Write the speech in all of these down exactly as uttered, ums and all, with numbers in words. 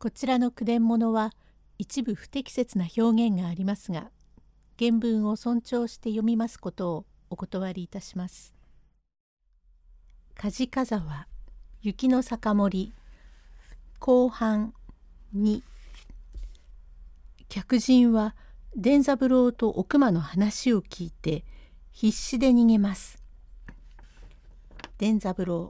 こちらの句伝物は一部不適切な表現がありますが、原文を尊重して読みますことをお断りいたします。梶風は雪の酒盛後半に。客人は伝三郎とお熊の話を聞いて必死で逃げます。伝三郎。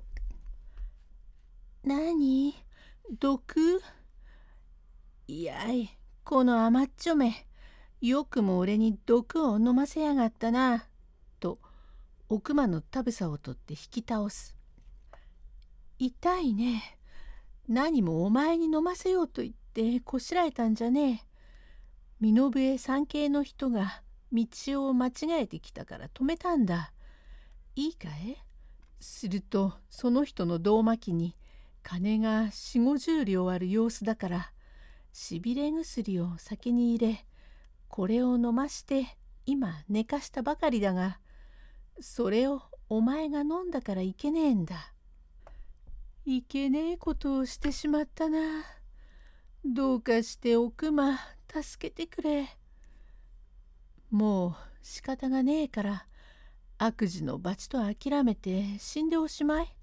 なに、毒？いやい、この甘っちょめ、よくも俺に毒を飲ませやがったな。と、お熊のたぶさを取って引き倒す。痛いね。何もお前に飲ませようと言ってこしらえたんじゃねえ。身の上三系の人が道を間違えてきたから止めたんだ。いいかい？するとその人の胴巻きに金が四五十両ある様子だから、しびれ薬を酒に入れ、これを飲まして今寝かしたばかりだが、それをお前が飲んだからいけねえんだ。いけねえことをしてしまったな。どうかしてお熊助けてくれ。もう仕方がねえから悪事の罰と諦めて死んでおしまい。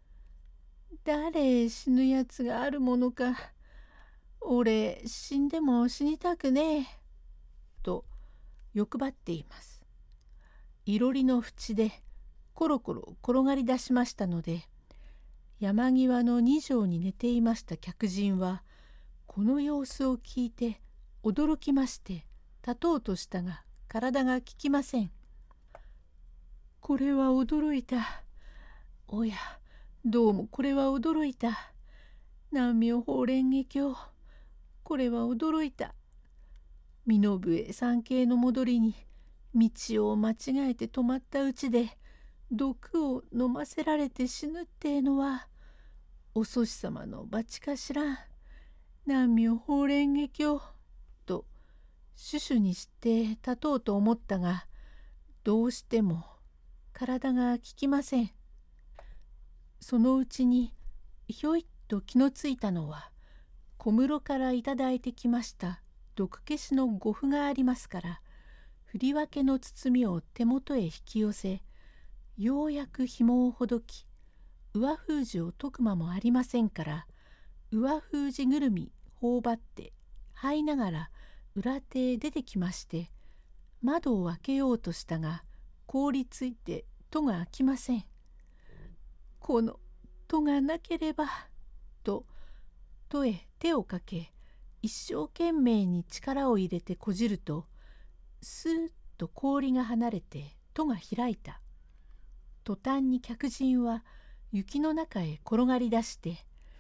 誰死ぬやつがあるものか。俺死んでも死にたくねえ。と欲張っています。いろりの縁でコロコロ転がり出しましたので、山際の二畳に寝ていました客人はこの様子を聞いて驚きまして立とうとしたが体がききません。これは驚いた。おや、どうもこれは驚いた。南無法蓮華経。これは驚いた。身の上三系の戻りに道を間違えて止まったうちで毒を飲ませられて死ぬってえのはお祖師様の罰かしらん。南無法蓮華経。とシュシュにして立とうと思ったが、どうしても体がききません。そのうちにひょいっと気のついたのは、小室からいただいてきました毒消しの呉服がありますから、振り分けの包みを手元へ引き寄せ、ようやく紐をほどき、上封じを解く間もありませんから、上封じぐるみ頬張って這いながら裏手へ出てきまして、窓を開けようとしたが凍りついて戸が開きません。この戸がなければと戸へ手をかけ、一生懸命に力を入れてこじると、スーッと氷が離れて戸が開いた。途端に客人は雪の中へ転がり出して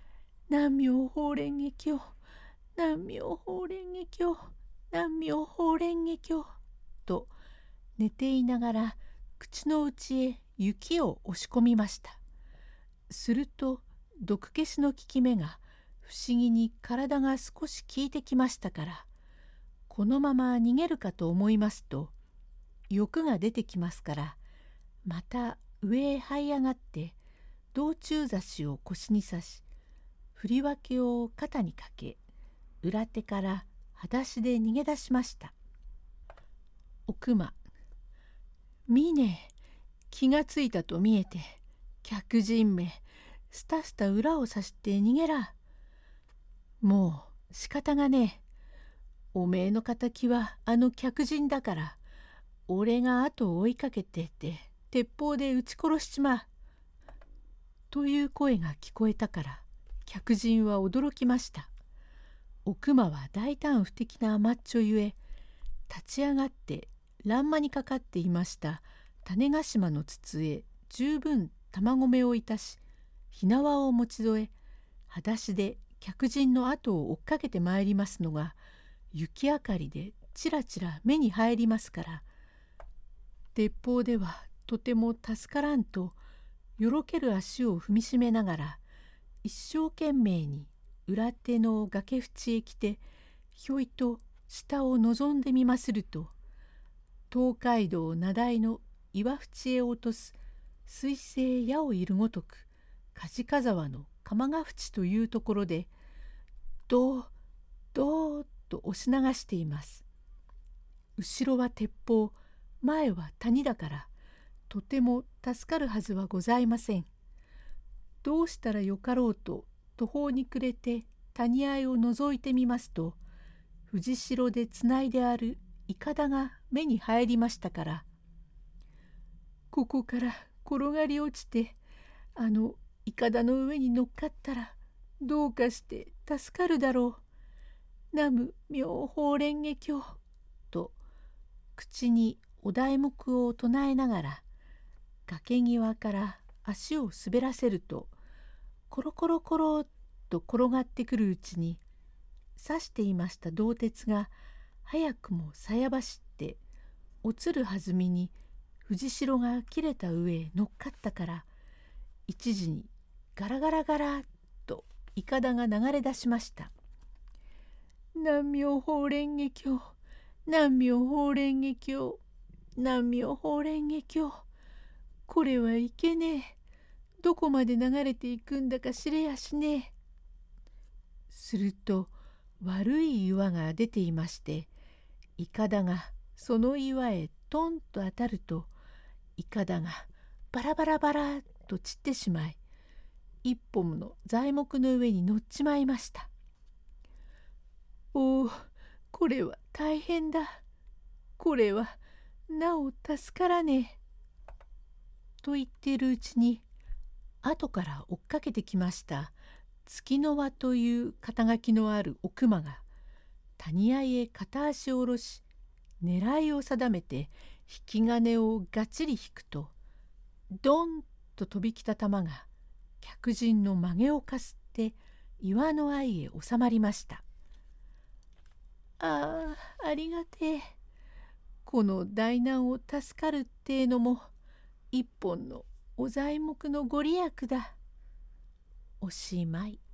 「南無法蓮華経、南無法蓮華経、南無法蓮華経」と寝ていながら口の内へ雪を押し込みました。すると毒消しの効き目が不思議に体が少し効いてきましたから、このまま逃げるかと思いますと、欲が出てきますから、また上へ這い上がって道中差しを腰に刺し、振り分けを肩にかけ、裏手から裸足で逃げ出しました。お熊。見ねえ、気がついたと見えて、客人めスタスタ裏を刺して逃げら。もう仕方がねえ。おめえの敵はあの客人だから、俺が後を追いかけてって鉄砲で撃ち殺しちまう。という声が聞こえたから客人は驚きました。お熊は大胆不敵な甘っちょゆえ、立ち上がって欄間にかかっていました種子島の筒へ十分玉込をいたし、火縄を持ち添え、裸足で客人の後を追っかけてまいりますのが雪明かりでちらちら目に入りますから、鉄砲ではとても助からんとよろける足を踏みしめながら、一生懸命に裏手の崖縁へ来てひょいと下を望んでみますると、東海道名代の岩淵へ落とす水星矢をいるごとく、梶川の鎌ヶ淵というところで、 どうどうと押し流しています。後ろは鉄砲、前は谷だから、とても助かるはずはございません。どうしたらよかろうと途方に暮れて谷合を覗いてみますと、藤代でつないであるいかだが目に入りましたから、ここから転がり落ちてあのいかだの上に乗っかったらどうかして助かるだろう。南無妙法蓮華経と口にお題目を唱えながら崖際から足を滑らせると、コロコロコロっと転がってくるうちに、刺していました銅鉄が早くもさや走って落つるはずみに藤代が切れた上へ乗っかったから、一時にガラガラガラといかだが流れ出しました。南無法蓮華経、南無法蓮華経、南無法蓮華経。これはいけねえ。どこまで流れていくんだか知れやしねえ。すると悪い岩が出ていまして、いかだがその岩へトンと当たると、いかだがバラバラバラと散ってしまい、一本の材木の上に乗っちまいました。おお、これは大変だ。これはなお助からねえ。と言っているうちに、後から追っかけてきました月の輪という肩書きのあるお熊が谷合へ片足を下ろし、狙いを定めて引き金をがっちり引くと、ドンと飛びきた玉が客人の曲げをかすって岩の間へ収まりました。ああ、ありがてえ。この大難を助かるってえのも一本のお材木のご利益だ。おしまい。